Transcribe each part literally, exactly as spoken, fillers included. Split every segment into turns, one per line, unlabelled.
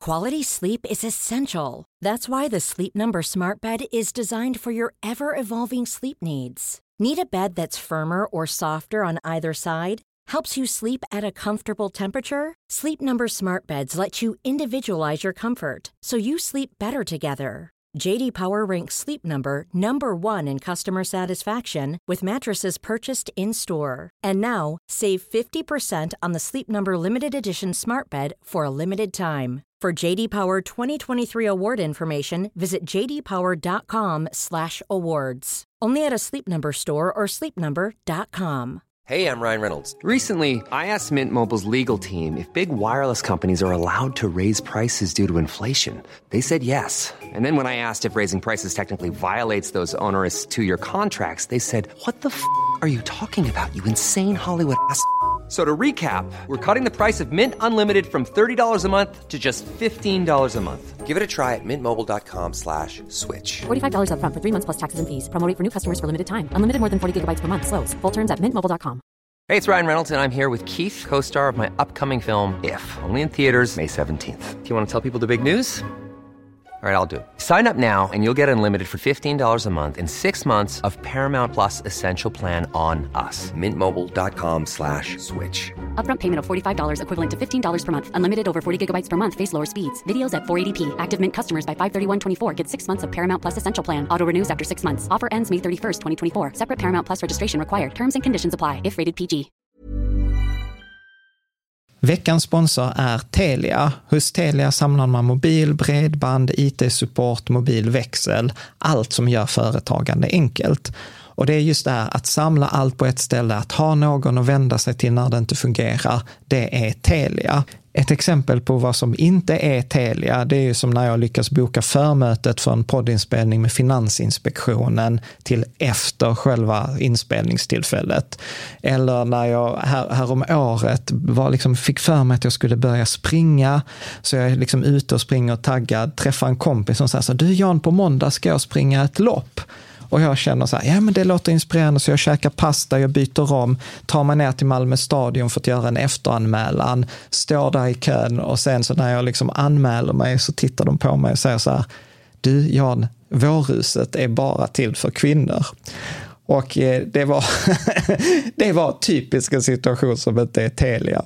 Quality sleep is essential. That's why the Sleep Number Smart Bed is designed for your ever-evolving sleep needs. Need a bed that's firmer or softer on either side? Helps you sleep at a comfortable temperature? Sleep Number Smart Beds let you individualize your comfort, so you sleep better together. J D Power ranks Sleep Number number one in customer satisfaction with mattresses purchased in-store. And now, save fifty percent on the Sleep Number Limited Edition Smart Bed for a limited time. For J D Power twenty twenty-three award information, visit j d power dot com slash awards. Only at a Sleep Number store or sleep number dot com.
Hey, I'm Ryan Reynolds. Recently, I asked Mint Mobile's legal team if big wireless companies are allowed to raise prices due to inflation. They said yes. And then when I asked if raising prices technically violates those onerous two-year contracts, they said, what the f*** are you talking about, you insane Hollywood ass f- So to recap, we're cutting the price of Mint Unlimited from thirty dollars a month to just fifteen dollars a month. Give it a try at mintmobile.com slash switch.
forty-five dollars up front for three months plus taxes and fees. Promo rate for new customers for limited time. Unlimited more than forty gigabytes per month. Slows full terms at mint mobile dot com.
Hey, it's Ryan Reynolds, and I'm here with Keith, co-star of my upcoming film, If, only in theaters May seventeenth. Do you want to tell people the big news? All right, I'll do it. Sign up now and you'll get unlimited for fifteen dollars a month and six months of Paramount Plus Essential Plan on us. Mintmobile.com slash switch.
Upfront payment of forty-five dollars equivalent to fifteen dollars per month. Unlimited over forty gigabytes per month. Face lower speeds. Videos at four eighty p. Active Mint customers by five thirty-one twenty-four get six months of Paramount Plus Essential Plan. Auto renews after six months. Offer ends May thirty-first, twenty twenty-four. Separate Paramount Plus registration required. Terms and conditions apply if rated P G.
Veckans sponsor är Telia. Hos Telia samlar man mobil, bredband, I T-support, mobilväxel. Allt som gör företagande enkelt. Och det är just det här att samla allt på ett ställe, att ha någon att vända sig till när det inte fungerar, det är Telia. Ett exempel på vad som inte är Telia, det är ju som när jag lyckas boka förmötet för en poddinspelning med Finansinspektionen till efter själva inspelningstillfället. Eller när jag här, här om året var liksom, fick för mig att jag skulle börja springa, så jag är liksom ute och springer och taggad, träffar en kompis som säger så: du Jan, på måndag ska jag springa ett lopp. Och jag känner så här, ja men det låter inspirerande, så jag käkar pasta, jag byter om, tar mig ner till Malmö stadion för att göra en efteranmälan, står där i kön, och sen så när jag liksom anmäler mig så tittar de på mig och säger så här: du Jan, vårhuset är bara till för kvinnor. Och det var det var typisk en situation som inte är Telia.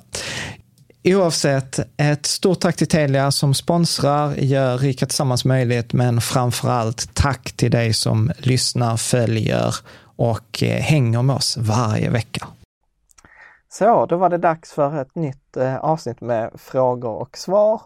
Oavsett, ett stort tack till Telia som sponsrar, gör Rika Tillsammans möjligt, men framförallt tack till dig som lyssnar, följer och hänger med oss varje vecka. Så, då var det dags för ett nytt eh, avsnitt med frågor och svar.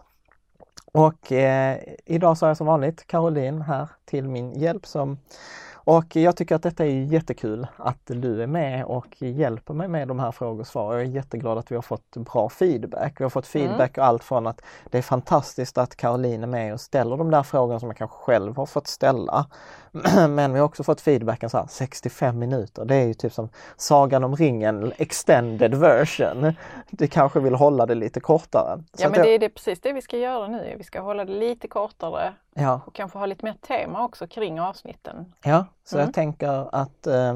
Och eh, idag så är jag som vanligt Caroline här till min hjälp som... Och jag tycker att detta är jättekul att du är med och hjälper mig med de här frågor och svar. Jag är jätteglad att vi har fått bra feedback. Vi har fått feedback och allt från att det är fantastiskt att Caroline är med och ställer de där frågorna som jag kanske själv har fått ställa. Men vi har också fått feedbacken så här, sextiofem minuter. Det är ju typ som Sagan om ringen, extended version. Du kanske vill hålla det lite kortare. Så
ja, men
jag...
det är det, precis det vi ska göra nu. Vi ska hålla det lite kortare.
Ja.
Och kanske ha lite mer tema också kring avsnitten.
Ja, så
mm.
jag tänker att eh,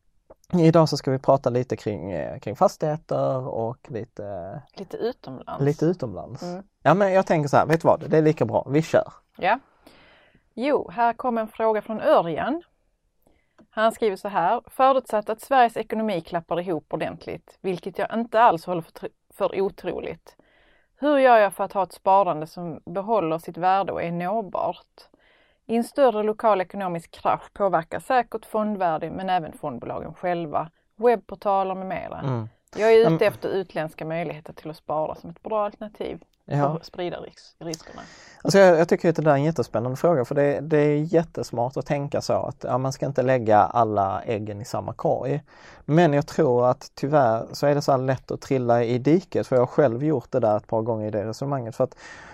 idag så ska vi prata lite kring, eh, kring fastigheter och lite...
Lite utomlands.
Lite utomlands.
Mm.
Ja, men jag tänker så här, vet du vad? Det är lika bra. Vi kör.
Ja. Jo, här kommer en fråga från Örjan. Han skriver så här: förutsatt att Sveriges ekonomi klappar ihop ordentligt, vilket jag inte alls håller för, för otroligt. Hur gör jag för att ha ett sparande som behåller sitt värde och är nåbart? I en större lokal ekonomisk krasch påverkar säkert fondvärde, men även fondbolagen själva, webbportaler med mera. Mm. Jag är ute mm. efter utländska möjligheter till att spara som ett bra alternativ. Ja. Och sprida ris- riskerna.
Alltså jag, jag tycker att det där är en jättespännande fråga, för det, det är jättesmart att tänka så att ja, man ska inte lägga alla äggen i samma korg. Men jag tror att tyvärr så är det så här lätt att trilla i diket, för jag har själv gjort det där ett par gånger i det resonemanget. För att,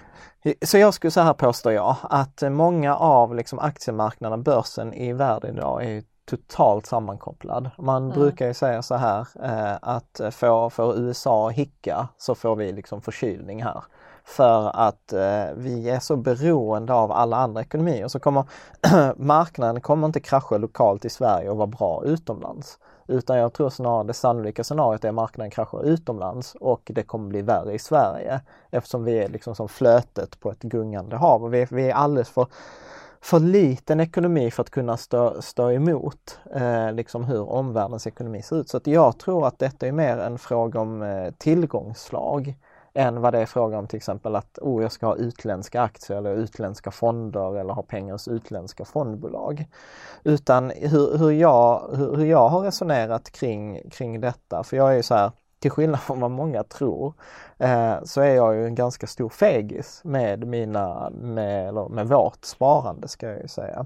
så jag skulle så här påstå jag att många av liksom aktiemarknaden, börsen i världen idag är totalt sammankopplad. Man mm. brukar ju säga så här eh, att för, för U S A hicka så får vi liksom förkylning här. För att eh, vi är så beroende av alla andra ekonomier, så kommer marknaden kommer inte krascha lokalt i Sverige och vara bra utomlands. Utan jag tror snarare det sannolika scenariot är att marknaden kraschar utomlands och det kommer bli värre i Sverige. Eftersom vi är liksom som flötet på ett gungande hav. Och vi, vi är alldeles för, för liten ekonomi för att kunna stå, stå emot eh, liksom hur omvärldens ekonomi ser ut. Så att jag tror att detta är mer en fråga om eh, tillgångslag än vad det är fråga om till exempel att oh, jag ska ha utländska aktier eller utländska fonder eller ha pengar hos utländska fondbolag. Utan hur, hur, jag, hur, hur jag har resonerat kring, kring detta, för jag är ju så här, till skillnad från vad många tror, eh, så är jag ju en ganska stor fegis med, mina, med, eller med vårt sparande ska jag ju säga.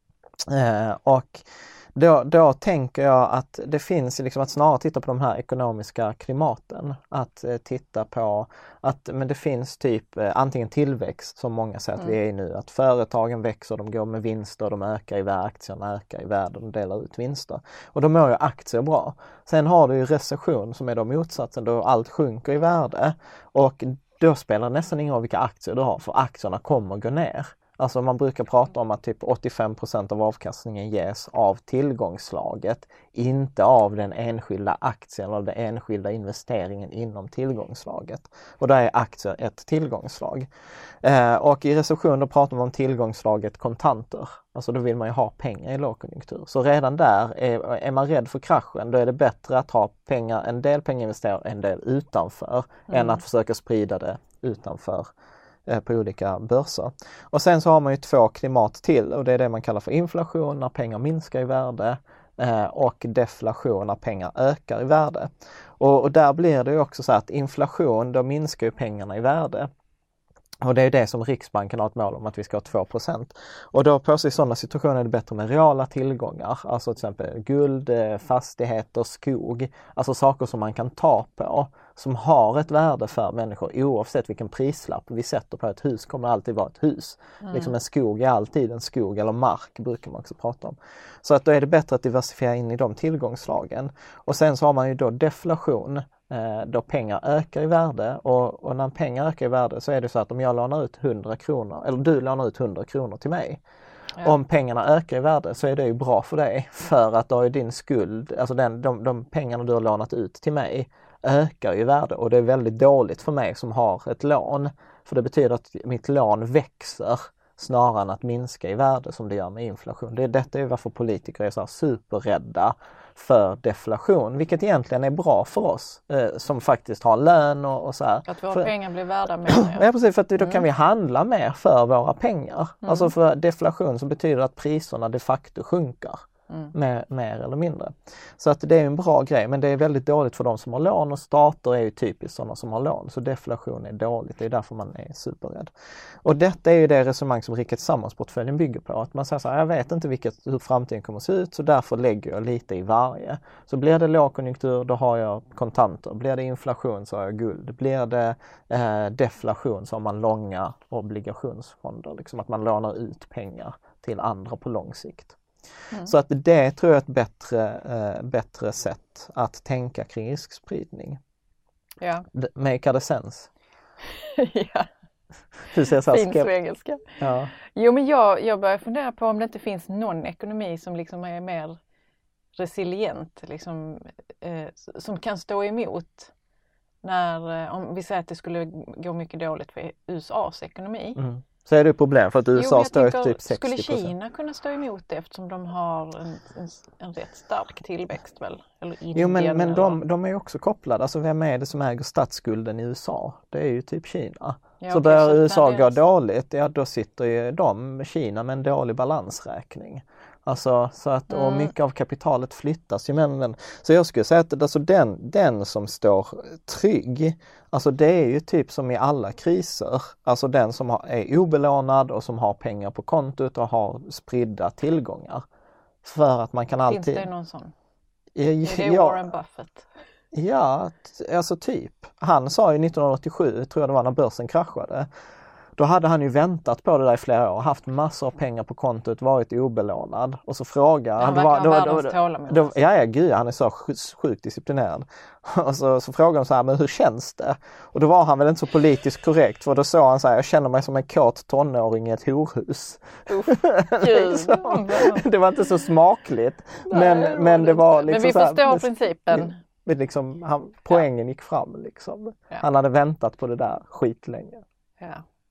Eh, och Då, då tänker jag att det finns liksom att snarare titta på de här ekonomiska klimaten. Att eh, titta på att men det finns typ eh, antingen tillväxt som många säger att mm. vi är i nu. Att företagen växer, de går med vinster, de ökar i värde, aktierna ökar i värde, de delar ut vinster. Och då mår ju aktier bra. Sen har du ju recession som är då motsatsen då allt sjunker i värde. Och då spelar det nästan ingen roll vilka aktier du har för aktierna kommer gå ner. Alltså man brukar prata om att typ åttiofem procent av avkastningen ges av tillgångslaget, inte av den enskilda aktien eller den enskilda investeringen inom tillgångslaget. Och där är aktier ett tillgångslag. Eh, och i recession då pratar man om tillgångslaget kontanter. Alltså då vill man ju ha pengar i lågkonjunktur. Så redan där är, är man rädd för kraschen, då är det bättre att ha pengar, en del pengar investerar, en del utanför, mm. än att försöka sprida det utanför på olika börser. Och sen så har man ju två klimat till och det är det man kallar för inflation när pengar minskar i värde eh, och deflation när pengar ökar i värde. Och, och där blir det ju också så att inflation, då minskar ju pengarna i värde. Och det är det som Riksbanken har ett mål om att vi ska ha två procent. Och då på sig i sådana situationer är det bättre med reala tillgångar. Alltså till exempel guld, fastigheter, skog. Alltså saker som man kan ta på. Som har ett värde för människor oavsett vilken prislapp vi sätter på ett hus. Kommer alltid vara ett hus. Mm. Liksom en skog är alltid en skog eller mark brukar man också prata om. Så att då är det bättre att diversifiera in i de tillgångslagen. Och sen så har man ju då deflation. Då pengar ökar i värde och, och när pengar ökar i värde så är det så att om jag lånar ut hundra kronor eller du lånar ut hundra kronor till mig. Ja. Om pengarna ökar i värde så är det ju bra för dig för att då är din skuld, alltså den, de, de pengarna du har lånat ut till mig ökar i värde och det är väldigt dåligt för mig som har ett lån för det betyder att mitt lån växer snarare än att minska i värde som det gör med inflation. Det, detta är varför politiker är så här superrädda för deflation, vilket egentligen är bra för oss eh, som faktiskt har lön och, och så här.
Att våra
för,
pengar blir värda mer.
Ja, precis, för att då mm. kan vi handla mer för våra pengar. Mm. Alltså för deflation så betyder att priserna de facto sjunker. Mm. Mer, mer eller mindre. Så att det är en bra grej, men det är väldigt dåligt för de som har lån och stater är ju typiskt sådana som har lån. Så deflation är dåligt, det är därför man är superrädd. Och detta är ju det resonemang som Riket Tillsammans-portföljen bygger på. Att man säger så här, jag vet inte vilket, hur framtiden kommer att se ut så därför lägger jag lite i varje. Så blir det lågkonjunktur då har jag kontanter, blir det inflation så har jag guld, blir det eh, deflation så har man långa obligationsfonder. Liksom att man lånar ut pengar till andra på lång sikt. Mm. Så att det tror jag är ett bättre, eh, bättre sätt att tänka kring riskspridning.
Ja.
Make it sense.
Ja.
Du ser så här
fin svengelska. Ja. Jo men jag, jag börjar fundera på om det inte finns någon ekonomi som liksom är mer resilient, liksom, eh, som kan stå emot när, eh, om vi säger att det skulle gå mycket dåligt för U S A:s ekonomi. Mm.
Så är det ett problem för att U S A
jo,
står typ sextio procent.
Skulle Kina kunna stå emot det eftersom de har en, en, en rätt stark tillväxt väl? Eller
jo men, men de, de är ju också kopplade. Alltså vem är det som äger statsskulden i U S A? Det är ju typ Kina. Ja, så börjar U S A gå deras... dåligt, ja då sitter ju de, Kina, med en dålig balansräkning. Alltså, så att, och mycket av kapitalet flyttas ju mellan den. Så jag skulle säga att alltså den, den som står trygg, alltså det är ju typ som i alla kriser. Alltså den som har, är obelånad och som har pengar på kontot och har spridda tillgångar. För att man kan alltid...
Finns det någon sån?
Ja,
är det Warren Buffett?
Ja, alltså typ. Han sa ju nittonhundraåttiosju, tror jag det var när börsen kraschade. Då hade han ju väntat på det där i flera år, haft massor av pengar på kontot, varit obelånad. Och så frågar
han.
Han
verkar ha världens tålamod.
då, ja, ja, gud, han är så sjukt disciplinerad. Och så, så frågar de så här, men hur känns det? Och då var han väl inte så politiskt korrekt, för då sa han så här, jag känner mig som en kåt tonåring i ett horhus.
Uff, liksom.
Det var inte så smakligt. Men, Nej, men det var liksom
Men vi
så här,
förstår principen.
Men liksom, han, poängen ja. gick fram liksom.
Ja.
Han hade väntat på det där skitlänge.
Ja.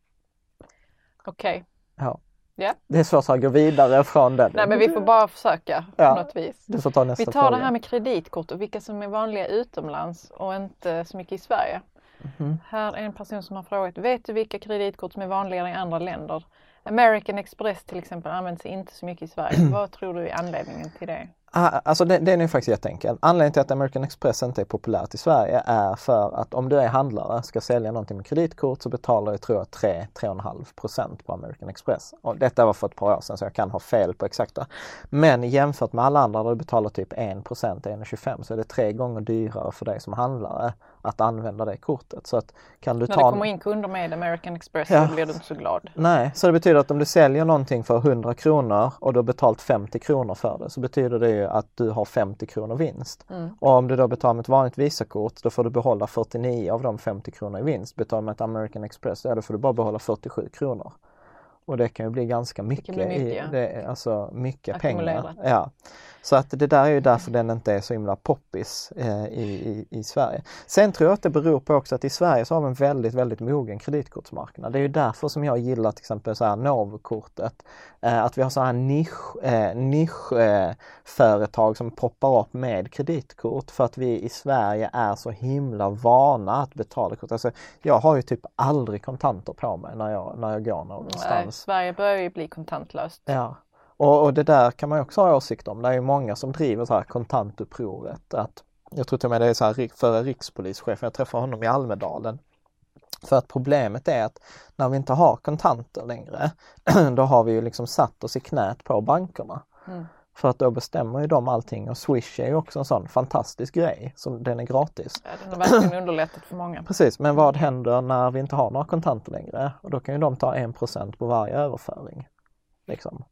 Okej. Okay.
Ja.
Yeah.
Det är svårt att gå vidare från den.
Nej, men vi får bara försöka
ja.
på något vis.
Du får ta nästa
vi tar
fråga.
Det här med kreditkort och vilka som är vanliga utomlands och inte så mycket i Sverige. Mm-hmm. Här är en person som har frågat, vet du vilka kreditkort som är vanligare i andra länder? American Express till exempel används inte så mycket i Sverige. Vad tror du är anledningen till det?
Alltså det, det är nu faktiskt jätteenkelt. Anledningen till att American Express inte är populärt i Sverige är för att om du är handlare ska sälja någonting med kreditkort så betalar du tror jag tre till tre komma fem procent på American Express. Och detta var för ett par år sedan så jag kan ha fel på exakta. Men jämfört med alla andra där du betalar typ en procent, en komma tjugofem så är det tre gånger dyrare för dig som handlare att använda det kortet. Så att kan du
När
ta...
det kommer in kunder med American Express
ja.
så blir du inte så glad.
Nej, så det betyder att om du säljer någonting för hundra kronor och du har betalt femtio kronor för det så betyder det ju att du har femtio kronor vinst. Mm. Och om du då betalar med ett vanligt Visakort då får du behålla fyrtionio av de femtio kronor i vinst. Betalar med ett American Express då får du bara behålla fyrtiosju kronor. Och det kan ju bli ganska mycket, det bli mycket, i, ja. det, alltså mycket pengar. Ja. Så att det där är ju därför den inte är så himla poppis eh, i, i, i Sverige. Sen tror jag att det beror på också att i Sverige så har vi en väldigt, väldigt mogen kreditkortsmarknad. Det är ju därför som jag gillar till exempel så här Novo-kortet. Eh, att vi har så här nisch, eh, nisch eh, företag som poppar upp med kreditkort för att vi i Sverige är så himla vana att betala kort. Alltså, jag har ju typ aldrig kontanter på mig när jag, när jag går någonstans.
Nej, Sverige börjar ju bli kontantlöst.
Ja. Och, och det där kan man ju också ha åsikt om. Det är ju många som driver så här kontantupproret. Att, jag tror till och med det är så här före rikspolischefen, jag träffade honom i Almedalen. För att problemet är att när vi inte har kontanter längre, då har vi ju liksom satt oss i knät på bankerna. Mm. För att då bestämmer ju de allting och Swish är ju också en sån fantastisk grej som den är gratis.
Ja, den har verkligen underlättat för många.
Precis, men vad händer när vi inte har några kontanter längre? Och då kan ju de ta en procent på varje överföring. Liksom.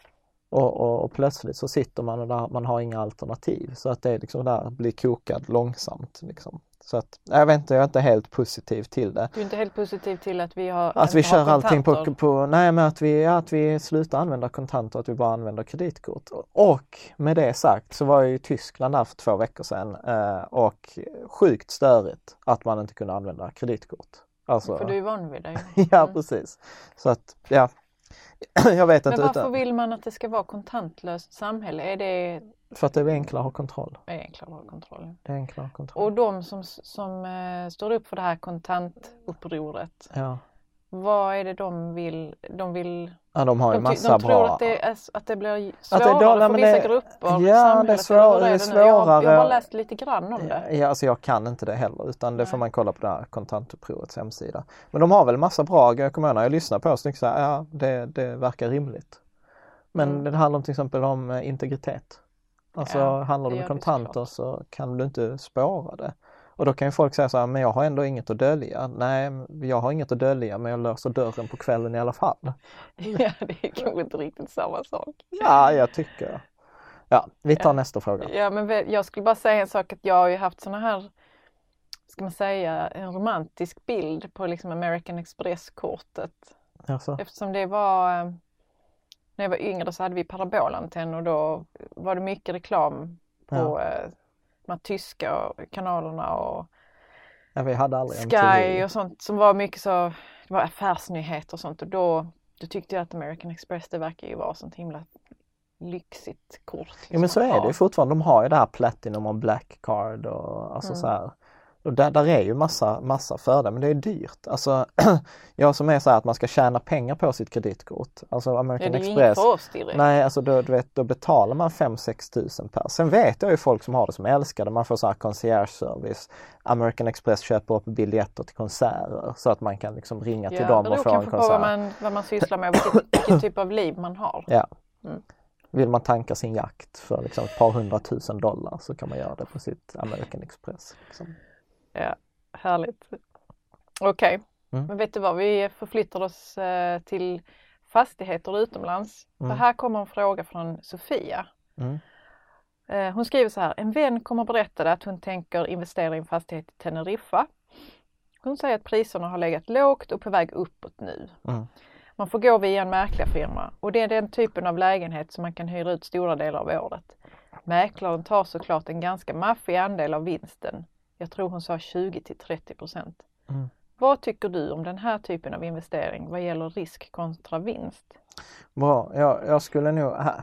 Och, och, och plötsligt så sitter man och där, man har inga alternativ. Så att det är liksom där blir kokad långsamt. Liksom. Så att, jag vet inte, jag är inte helt positiv till det.
Du är inte helt positiv till att vi har
Att vi kör allting på, på, nej men att vi, att vi slutar använda kontanter, att vi bara använder kreditkort. Och med det sagt så var jag i Tyskland där för två veckor sedan eh, och sjukt störigt att man inte kunde använda kreditkort. Alltså,
för du är van vid det.
Ja, precis. Så att, ja. Jag vet inte.
Men varför
utan...
vill man att det ska vara kontantlöst samhälle? Är det...
För att det är enklare att ha kontroll.
Det är enklare att ha kontroll.
Det är enklare att ha kontroll.
Och de som, som uh, står upp för det här kontantupproret,
ja.
Vad är det de vill? De vill...
Ja, de har ju
de,
massa
de tror
bra...
att det, är, att det blir svårare
att det är då,
för vissa
det...
grupper.
Ja, det är, svår, det är svårare.
Jag har, jag har bara läst lite grann om det.
Ja, alltså jag kan inte det heller, utan det Nej. får man kolla på det här kontantupropets hemsida. Men de har väl massa bra, jag kommer ihåg när jag lyssnar på oss, så här, ja, det, det verkar rimligt. Men mm. det handlar om till exempel om integritet. Alltså ja, handlar det med kontanter så kan du inte spåra det. Och då kan ju folk säga så här, men jag har ändå inget att dölja. Nej, jag har inget att dölja, men jag löser dörren på kvällen i alla fall.
Ja, det är kanske inte riktigt samma sak.
Ja, jag tycker. Ja, vi tar
ja.
nästa fråga.
Ja, men jag skulle bara säga en sak, att jag har ju haft såna här, ska man säga, en romantisk bild på liksom American Express-kortet.
Alltså.
Eftersom det var, när jag var yngre så hade vi parabolantenn och då var det mycket reklam på... Ja. De här tyska kanalerna och
ja, vi hade aldrig
Sky och sånt som var mycket så, det var affärsnyheter och sånt och då, då tyckte jag att American Express, det verkar ju vara sånt himla lyxigt kort. Liksom.
Ja, men så är det ju fortfarande, de har ju det här Platinum och Black Card och alltså mm. så här. Och där, där är ju massa, massa fördelar, men det är dyrt. Alltså, jag som är så här att man ska tjäna pengar på sitt kreditkort. Alltså American
ja, det är
Express.
För oss direkt.
Nej, alltså då, du vet, då betalar man fem sex tusen per. Sen vet jag ju folk som har det som älskar det. Man får så här concierge service. American Express köper upp biljetter till konserter så att man kan liksom ringa
ja,
till dem och få en konsert.
Ja, det beror kanske på vad man, vad man sysslar med och vilken, vilken typ av liv man har.
Ja.
Mm.
Vill man tanka sin jakt för liksom ett par hundratusen dollar så kan man göra det på sitt American Express. Liksom.
Ja, härligt. Okej. Okay. Mm. Men vet du vad, vi förflyttar oss eh, till fastigheter utomlands. Mm. För här kommer en fråga från Sofia. Mm. Eh, hon skriver så här: en vän kommer berätta att hon tänker investera i en fastighet i Teneriffa. Hon säger att priserna har legat lågt och på väg uppåt nu. Mm. Man får gå via en mäklarfirma och det är den typen av lägenhet som man kan hyra ut stora delar av året. Mäklaren tar såklart en ganska maffig andel av vinsten. Jag tror hon sa tjugo till trettio procent. Mm. Vad tycker du om den här typen av investering vad gäller risk kontra vinst?
Bra, jag, jag skulle nog... Här,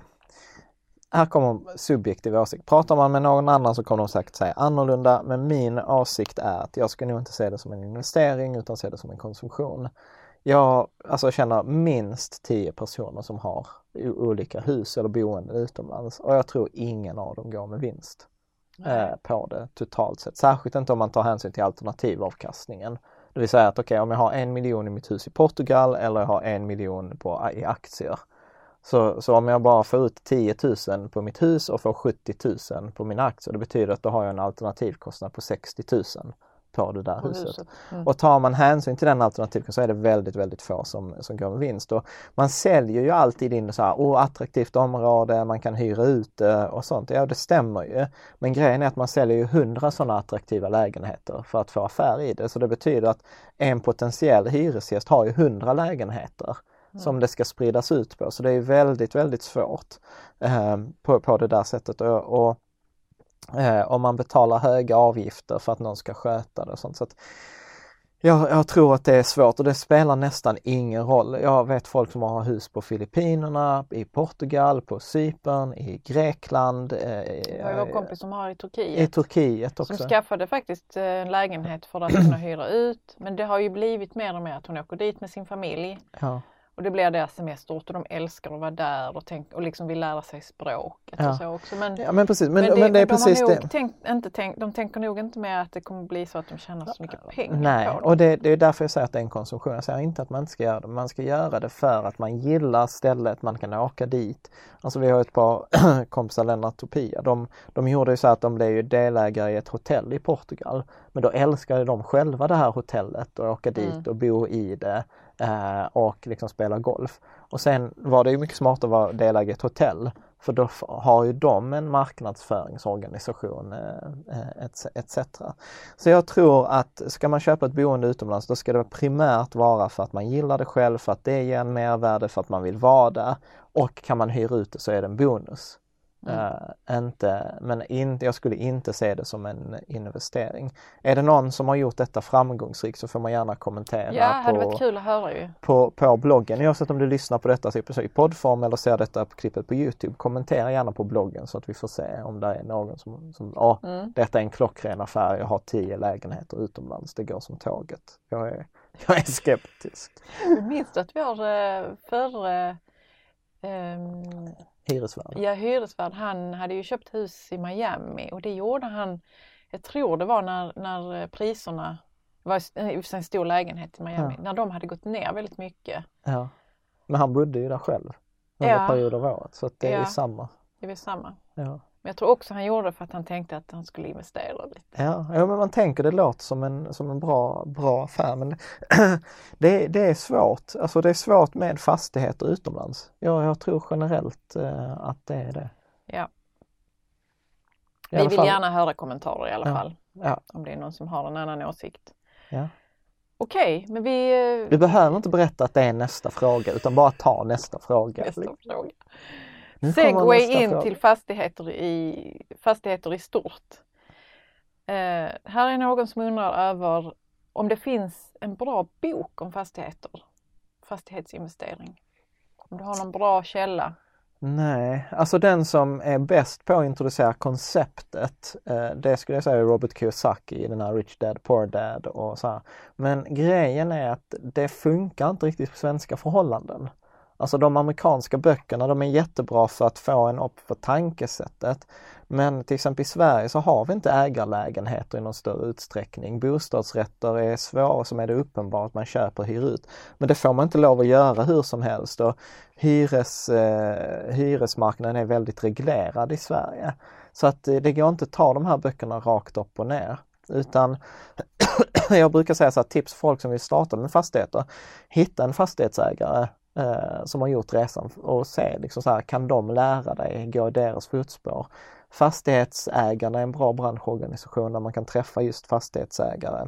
här kommer subjektiv åsikt. Pratar man med någon annan så kommer de säkert säga annorlunda. Men min åsikt är att jag skulle nog inte se det som en investering utan se det som en konsumtion. Jag alltså, känner minst tio personer som har olika hus eller boende utomlands. Och jag tror ingen av dem går med vinst eh, på det totalt sett. Särskilt inte om man tar hänsyn till alternativavkastningen. Det vill säga att okej, okay, om jag har en miljon i mitt hus i Portugal eller jag har en miljon på, i aktier. Så, så om jag bara får ut tio tusen på mitt hus och får sjuttio tusen på mina aktier. Det betyder att då har jag en alternativkostnad på sextio tusen på det där på huset. huset. Mm. Och tar man hänsyn till den alternativen så är det väldigt, väldigt få som, som går med vinst. Och man säljer ju alltid in så här, oh, attraktivt område, man kan hyra ut det och sånt. Ja, det stämmer ju. Men grejen är att man säljer ju hundra sådana attraktiva lägenheter för att få affär i det. Så det betyder att en potentiell hyresgäst har ju hundra lägenheter mm. som det ska spridas ut på. Så det är väldigt, väldigt svårt eh, på, på det där sättet. Och, och Eh, om man betalar höga avgifter för att någon ska sköta det och sånt. Så att jag, jag tror att det är svårt och det spelar nästan ingen roll. Jag vet folk som har hus på Filippinerna, i Portugal, på Cypern, i Grekland. Eh,
jag har en kompis som har i Turkiet.
I Turkiet också.
Som skaffade faktiskt en lägenhet för att kunna hyra ut. Men det har ju blivit mer och mer att hon åker dit med sin familj.
Ja.
Och det blir deras semester och de älskar att vara där och, tänk, och liksom vill lära sig språket
ja.
och så också. Men,
ja, men precis. Men,
men, det,
men det är
de
precis
har nog
det.
Tänkt, inte tänkt, de tänker nog inte med att det kommer bli så att de tjänar så mycket pengar
Nej,
på det.
och det, det är därför jag säger att det är en konsumtion. Jag säger inte att man inte ska göra det. Man ska göra det för att man gillar stället, man kan åka dit. Alltså vi har ett par kompisar, Lennart Topia. De, de gjorde ju så att de blev ju delägare i ett hotell i Portugal. Men då älskade de själva det här hotellet och åka dit mm. och bo i det. Eh, och liksom spela golf. Och sen var det ju mycket smart att vara delägare i ett hotell. För då har ju de en marknadsföringsorganisation eh, et cetera. Så jag tror att ska man köpa ett boende utomlands då ska det primärt vara för att man gillar det själv. För att det ger en mervärde, för att man vill vara där. Och kan man hyra ut det så är det en bonus. Mm. Uh, inte, men in, jag skulle inte se det som en investering. Är det någon som har gjort detta framgångsrikt så får man gärna kommentera
ja,
på,
hade varit kul att höra ju.
På, på bloggen. Oavsett om du lyssnar på detta i poddform eller ser detta på klippet på YouTube, kommentera gärna på bloggen så att vi får se om det är någon som, som ja, mm. detta är en klockren affär, jag har tio lägenheter utomlands, det går som tåget. Jag är, jag är skeptisk.
Jag minns att vi har förre um...
hyresvärd.
Ja, hyresvärd. Han hade ju köpt hus i Miami och det gjorde han, jag tror det var när, när priserna, det var en stor lägenhet i Miami, ja. När de hade gått ner väldigt mycket.
Ja, men han bodde ju där själv under ja. perioder av året så att det ja. är samma.
Det är samma.
Ja.
Men jag tror också han gjorde det för att han tänkte att han skulle investera lite.
Ja, ja men man tänker det låter som en, som en bra, bra affär. Men det, det är svårt. Alltså det är svårt med fastigheter utomlands. Ja, jag tror generellt eh, att det är det.
Ja. I Vi vill fall. gärna höra kommentarer i alla ja. fall.
Ja.
Om det är någon som har en annan åsikt.
Ja.
Okej, okay, men vi...
Du behöver inte berätta att det är nästa fråga utan bara ta nästa fråga.
Nästa fråga. Segway in fråga. till fastigheter i, fastigheter i stort. Eh, här är någon som undrar över om det finns en bra bok om fastigheter. Fastighetsinvestering. Om du har någon bra källa.
Nej, alltså den som är bäst på att introducera konceptet, eh, det skulle jag säga är Robert Kiyosaki i den här Rich Dad Poor Dad och så här. Men grejen är att det funkar inte riktigt på svenska förhållanden. Alltså de amerikanska böckerna, de är jättebra för att få en upp för tankesättet. Men till exempel i Sverige så har vi inte ägarlägenheter i någon större utsträckning. Bostadsrätter är svåra som är det uppenbart man köper och hyr ut. Men det får man inte lov att göra hur som helst. Och hyres, eh, hyresmarknaden är väldigt reglerad i Sverige. Så att eh, det går inte att ta de här böckerna rakt upp och ner. Utan jag brukar säga så här, tips för folk som vill starta med fastigheter. Hitta en fastighetsägare eh, som har gjort resan och se liksom så här, kan de lära dig, gå i deras fotspår. Fastighetsägarna är en bra branschorganisation där man kan träffa just fastighetsägare.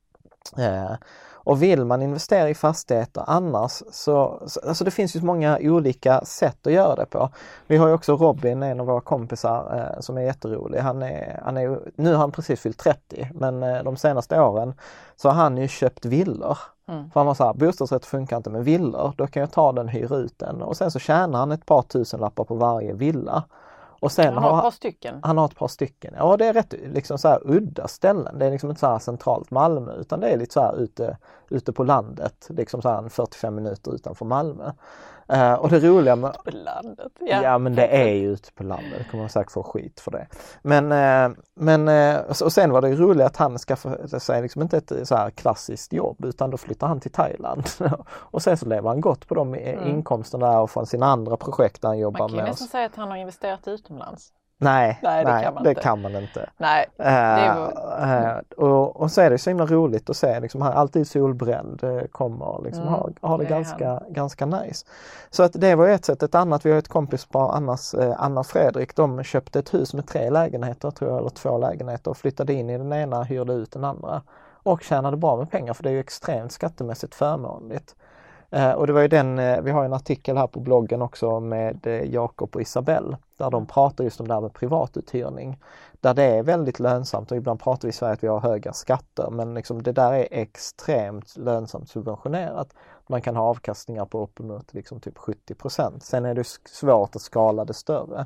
Eh, och vill man investera i fastigheter annars så, så alltså det finns ju många olika sätt att göra det på. Vi har ju också Robin, en av våra kompisar eh, som är jätterolig. Han är, han är, nu har han precis fyllt trettio, men eh, de senaste åren så har han ju köpt villor. Mm. För han har så här, bostadsrätt funkar inte med villor, då kan jag ta den, hyra ut den och sen så tjänar han ett par tusen lappar på varje villa. Och sen
han har,
har
ett par stycken.
Han har ett par stycken. Ja, det är rätt liksom så här udda ställen. Det är liksom inte så här centralt Malmö utan det är lite så här ute, ute på landet. Liksom så här fyrtiofem minuter utanför Malmö. Uh, och det roliga med...
Ute på landet? Ja,
ja men det är ju ute på landet. Det kommer man säkert få skit för det. Men, uh, men uh, och sen var det roligt att han skaffade sig liksom inte ett så här klassiskt jobb utan då flyttar han till Thailand. Och sen så lever han gott på de mm. inkomsterna där och från sina andra projekt där han jobbar med.
Man kan ju nästan säga att han har investerat utomlands.
Nej,
nej, det,
nej,
kan, man
det
inte.
kan man inte.
Nej,
uh,
det var...
uh, och, och så är det så himla roligt att se, liksom, han är alltid solbränd, uh, kommer liksom, mm, ha, ha det, det ganska, ganska nice. Så att det var ett sätt. Ett annat, vi har ett kompispar, Annas, uh, Anna och Fredrik, de köpte ett hus med tre lägenheter, tror jag, eller två lägenheter och flyttade in i den ena, hyrde ut den andra och tjänade bra med pengar för det är ju extremt skattemässigt förmånligt. Uh, och det var ju den, uh, vi har en artikel här på bloggen också med uh, Jakob och Isabelle där de pratar just om det här med privatuthyrning. Där det är väldigt lönsamt och ibland pratar vi i Sverige att vi har höga skatter men liksom det där är extremt lönsamt subventionerat. Man kan ha avkastningar på uppemot liksom typ sjuttio procent. Sen är det svårt att skala det större.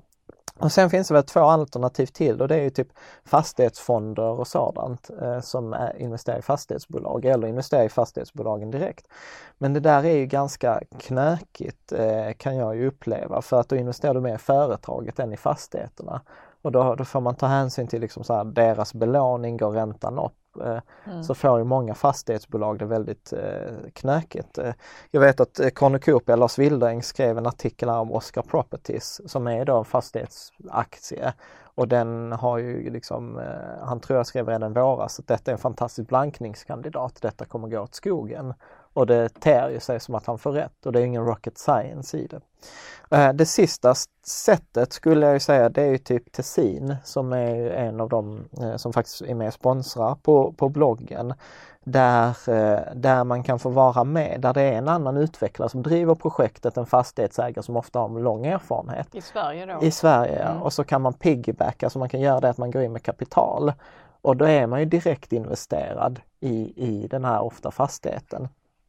Och sen finns det väl två alternativ till och det är ju typ fastighetsfonder och sådant eh, som är, investerar i fastighetsbolag eller investerar i fastighetsbolagen direkt. Men det där är ju ganska knökigt eh, kan jag ju uppleva för att då investerar du mer i företaget än i fastigheterna. Och då, då får man ta hänsyn till liksom så här, deras belåning, går räntan upp. Mm. Så får ju många fastighetsbolag det väldigt eh, knökigt. Eh, jag vet att eh, Cornucopia, Lars Wildring skrev en artikel här om Oscar Properties som är då en fastighetsaktie och den har ju liksom, eh, han tror jag skrev redan våras att detta är en fantastisk blankningskandidat, detta kommer gå åt skogen och det ter ju sig som att han får rätt och det är ingen rocket science i det. Eh, det sista sättet skulle jag ju säga det är ju typ Tessin som är en av dem eh, som faktiskt är med och sponsrar på, på bloggen där, eh, där man kan få vara med, där det är en annan utvecklare som driver projektet, en fastighetsägare som ofta har lång erfarenhet.
I Sverige då?
I Sverige,
mm.
och så kan man piggybacka så man kan göra det att man går in med kapital och då är man ju direkt investerad i, i den här ofta fastigheten.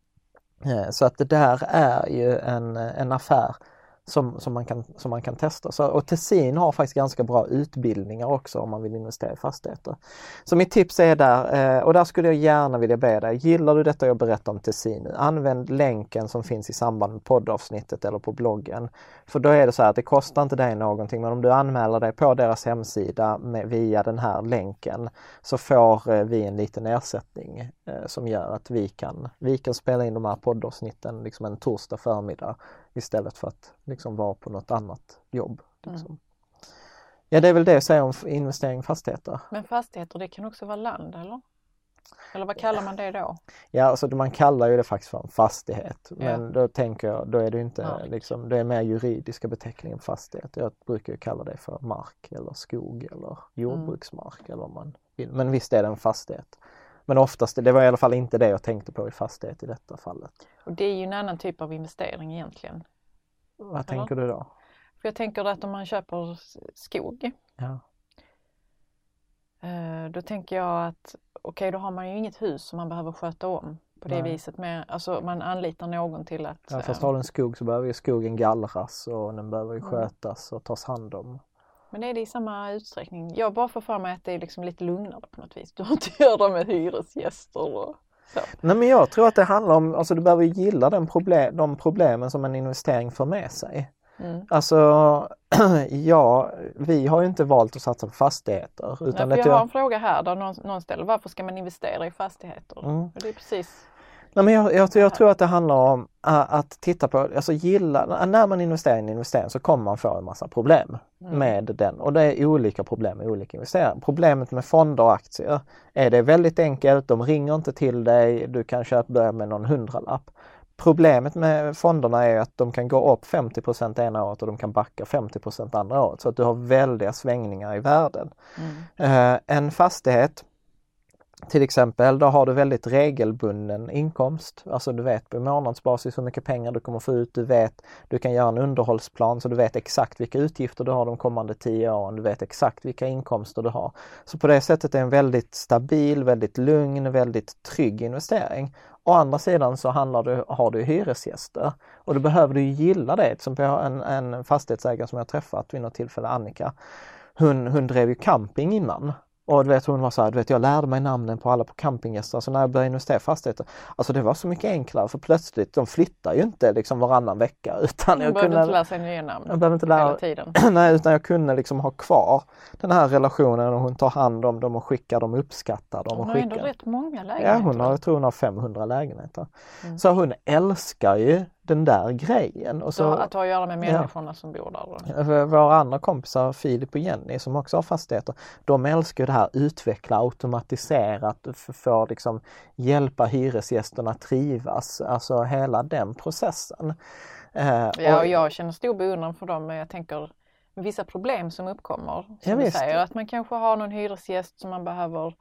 Eh, så att det där är ju en, en affär Som, som, man kan, som man kan testa. Så, och Tessin har faktiskt ganska bra utbildningar också om man vill investera i fastigheter. Så mitt tips är där, eh, och där skulle jag gärna vilja be dig, gillar du detta jag berättar om Tessin, använd länken som finns i samband med poddavsnittet eller på bloggen. För då är det så här att det kostar inte dig någonting, men om du anmäler dig på deras hemsida med, via den här länken så får eh, vi en liten ersättning eh, som gör att vi kan, vi kan spela in de här poddavsnitten liksom en torsdag förmiddag istället för att liksom vara på något annat jobb. Liksom. Mm. Ja, det är väl det jag säger om investering i fastigheter.
Men fastigheter, det kan också vara land, eller? Eller vad kallar man det då?
Ja, alltså man kallar ju det faktiskt för en fastighet.
Ja.
Men då tänker jag, då är det inte
mark.
liksom, det är mer juridiska beteckningen fastighet. Jag brukar ju kalla det för mark eller skog eller jordbruksmark mm. eller vad man vill. Men visst är det en fastighet. Men oftast, det var i alla fall inte det jag tänkte på i fastighet i detta fallet.
Och det är ju en annan typ av investering egentligen.
Vad eller? Tänker du då?
För jag tänker att om man köper skog.
Ja.
Då tänker jag att okej, okay, då har man ju inget hus som man behöver sköta om på det Nej. viset. Med, alltså man anlitar någon till att...
Ja, fast har du en skog så behöver ju skogen gallras och den behöver ju skötas och tas hand om.
Men är det i samma utsträckning? Jag bara får för mig att det är liksom lite lugnare på något vis. Du har inte göra med hyresgäster och så. Nej,
men jag tror att det handlar om, alltså du behöver gilla den problem, de problemen som en investering för med sig. Mm. Alltså, ja, vi har ju inte valt att satsa på fastigheter. Utan
Nej, för jag har en fråga här där någon, någon ställer, varför ska man investera i fastigheter?
Mm.
Och det är precis...
Nej, men jag, jag, jag tror att det handlar om att titta på, alltså gilla, när man investerar i en investering så kommer man få en massa problem mm. med den. Och det är olika problem med olika investeringar. Problemet med fonder och aktier är det väldigt enkelt, de ringer inte till dig, du kan köpa med någon hundralapp. Problemet med fonderna är att de kan gå upp femtio procent ena året och de kan backa femtio procent andra året. Så att du har väldiga svängningar i världen. Mm. Eh, en fastighet till exempel, då har du väldigt regelbunden inkomst. Alltså du vet på månadsbasis hur mycket pengar du kommer få ut. Du vet, du kan göra en underhållsplan så du vet exakt vilka utgifter du har de kommande tio åren. Du vet exakt vilka inkomster du har. Så på det sättet är det en väldigt stabil, väldigt lugn, väldigt trygg investering. Å andra sidan så handlar du, har du hyresgäster och då behöver du gilla det. Som jag har en, en fastighetsägare som jag träffat vid något tillfälle, Annika. Hon, hon drev ju camping innan. Och du vet, hon var så här, du vet, jag lärde mig namnen på alla på campinggäster. Så när jag började investera i fastigheter, alltså det var så mycket enklare för plötsligt, de flyttar ju inte liksom varannan vecka. Utan
jag,
jag
behövde
kunde
inte lära sig nya namn
jag behövde inte lära,
hela tiden.
Nej, utan jag kunde liksom ha kvar den här relationen och hon tar hand om dem och skickar dem, uppskattar dem.
Hon
och
har
skickar.
ändå rätt många lägenheter.
Ja, hon har, jag tror hon har femhundra lägenheter. Mm. Så hon älskar ju den där grejen. Och så,
så att ha att göra med människorna ja. som bor där.
Våra andra kompisar, Filip och Jenny, som också har fastigheter, de älskar det här utveckla automatiserat för, för liksom hjälpa hyresgästerna trivas. Alltså hela den processen.
Eh, ja, och jag känner stor beundran för dem, men jag tänker vissa problem som uppkommer. Som du säger, att man kanske har någon hyresgäst som man behöver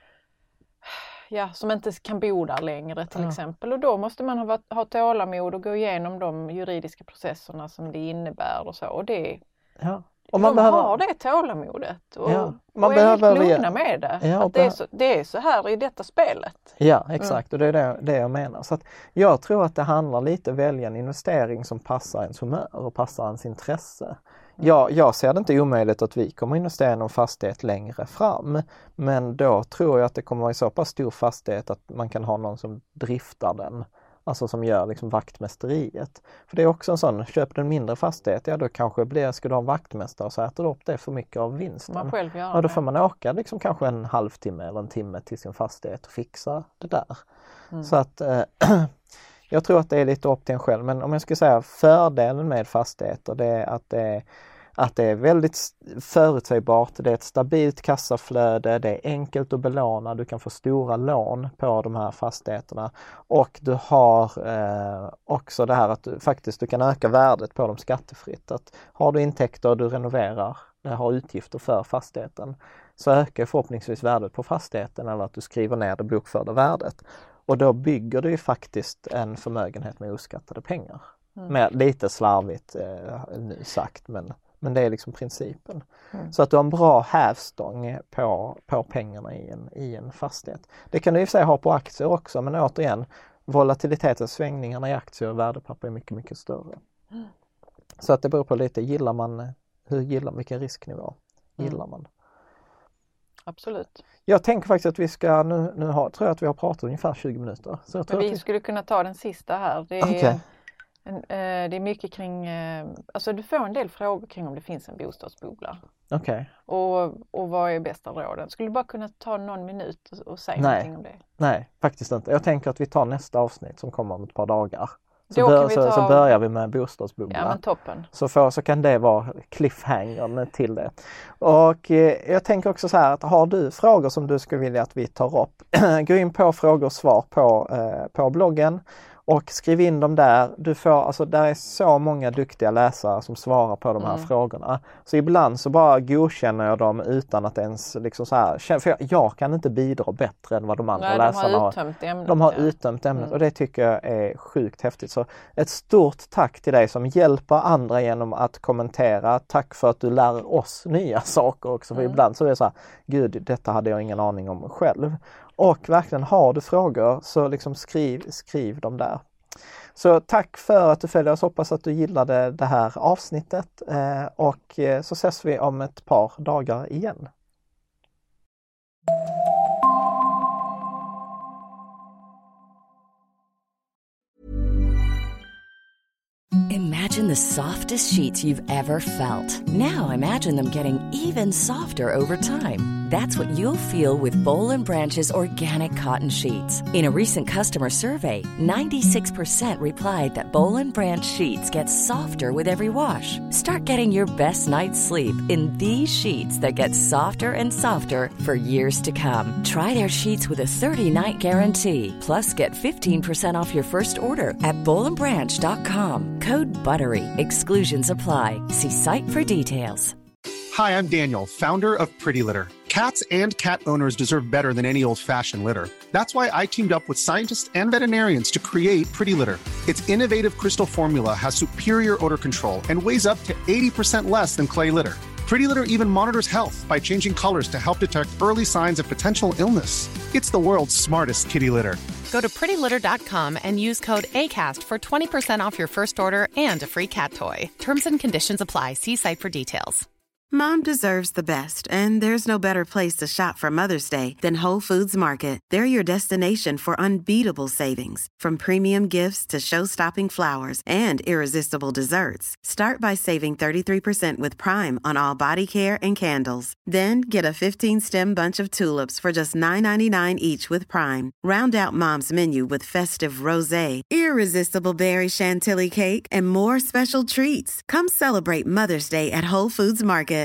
ja, som inte kan bo där längre till ja. exempel. Och då måste man ha, ha tålamod och gå igenom de juridiska processerna som det innebär och så. Och det,
ja. och man
de
behöver...
har det tålamodet och,
ja. man
och är
behöver...
helt lugna med det.
Ja,
att det, är så, det är så här i detta spelet.
Ja, exakt. Mm. Och det är det, det jag menar. Så att jag tror att det handlar lite om att välja en investering som passar ens humör och passar ens intresse. Ja, jag ser det inte omöjligt att vi kommer investera i någon fastighet längre fram. Men då tror jag att det kommer vara i så pass stor fastighet att man kan ha någon som driftar den. Alltså som gör liksom vaktmästeriet. För det är också en sån, köper du en mindre fastighet, ja då kanske blir, ska du ha en vaktmästare så äter du upp det för mycket av vinsten.
Man själv gör
ja, då
det.
får man åka liksom kanske en halvtimme eller en timme till sin fastighet och fixa det där. Mm. Så att... Eh, jag tror att det är lite upp till en själv, men om jag ska säga fördelen med fastigheter, det är att det är, att det är väldigt förutsägbart, det är ett stabilt kassaflöde, det är enkelt att belåna, du kan få stora lån på de här fastigheterna och du har eh, också det här att du faktiskt du kan öka värdet på dem skattefritt. Att har du intäkter och du renoverar, har utgifter för fastigheten, så ökar förhoppningsvis värdet på fastigheten eller att du skriver ner det bokförda värdet. Och då bygger du ju faktiskt en förmögenhet med oskattade pengar. Mm. Med lite slarvigt eh, nu sagt, men, men det är liksom principen. Mm. Så att du har en bra hävstång på, på pengarna i en, i en fastighet. Det kan du i och för sig ha på aktier också, men återigen, volatiliteten, svängningarna i aktier och värdepapper är mycket, mycket större. Mm. Så att det beror på lite, gillar man, hur gillar vilken risknivå gillar man?
Absolut.
Jag tänker faktiskt att vi ska, nu, nu har, tror jag att vi har pratat ungefär tjugo minuter. Så jag tror
vi,
att vi
skulle kunna ta den sista här. Det är,
okay.
en, eh, det är mycket kring, eh, alltså du får en del frågor kring om det finns en bostadsbubbla.
Okej. Okay.
Och, och vad är bästa råden? Skulle du bara kunna ta någon minut och, och säga
Nej.
någonting om det?
Nej, faktiskt inte. Jag tänker att vi tar nästa avsnitt som kommer om ett par dagar. Så,
Då
bör,
kan vi ta...
så, så börjar vi med bostadsbubbla.
Ja, men toppen.
Så, för, så kan det vara cliffhangern till det. Och eh, jag tänker också så här att har du frågor som du skulle vilja att vi tar upp, gå in på frågor och svar på, eh, på bloggen. Och skriv in dem där. Du får, alltså där är så många duktiga läsare som svarar på de här mm. frågorna. Så ibland så bara godkänner jag dem utan att ens liksom så här, för jag, jag kan inte bidra bättre än vad de andra
Nej,
läsarna
de har.
har.
Uttömt ämnet,
de har
ja.
uttömt ämnet
mm.
och det tycker jag är sjukt häftigt. Så ett stort tack till dig som hjälper andra genom att kommentera. Tack för att du lär oss nya saker också. För mm. ibland så är det så här, gud, detta hade jag ingen aning om själv. Och verkligen, har du frågor så liksom skriv, skriv dem där. Så tack för att du följer oss. Hoppas att du gillade det här avsnittet. Eh, och eh, så ses vi om ett par dagar igen.
Imagine the softest sheets you've ever felt. Now imagine them getting even softer over time. That's what you'll feel with Boll and Branch's organic cotton sheets. In a recent customer survey, ninety-six percent replied that Boll and Branch sheets get softer with every wash. Start getting your best night's sleep in these sheets that get softer and softer for years to come. Try their sheets with a thirty-night guarantee. Plus, get fifteen percent off your first order at boll and branch dot com. Code BUTTERY. Exclusions apply. See site for details.
Hi, I'm Daniel, founder of Pretty Litter. Cats and cat owners deserve better than any old-fashioned litter. That's why I teamed up with scientists and veterinarians to create Pretty Litter. Its innovative crystal formula has superior odor control and weighs up to eighty percent less than clay litter. Pretty Litter even monitors health by changing colors to help detect early signs of potential illness. It's the world's smartest kitty litter.
Go to pretty litter dot com and use code ACAST for twenty percent off your first order and a free cat toy. Terms and conditions apply. See site for details.
Mom deserves the best, and there's no better place to shop for Mother's Day than Whole Foods Market. They're your destination for unbeatable savings, from premium gifts to show-stopping flowers and irresistible desserts. Start by saving thirty-three percent with Prime on all body care and candles. Then get a fifteen-stem bunch of tulips for just nine ninety-nine each with Prime. Round out Mom's menu with festive rosé, irresistible berry chantilly cake, and more special treats. Come celebrate Mother's Day at Whole Foods Market.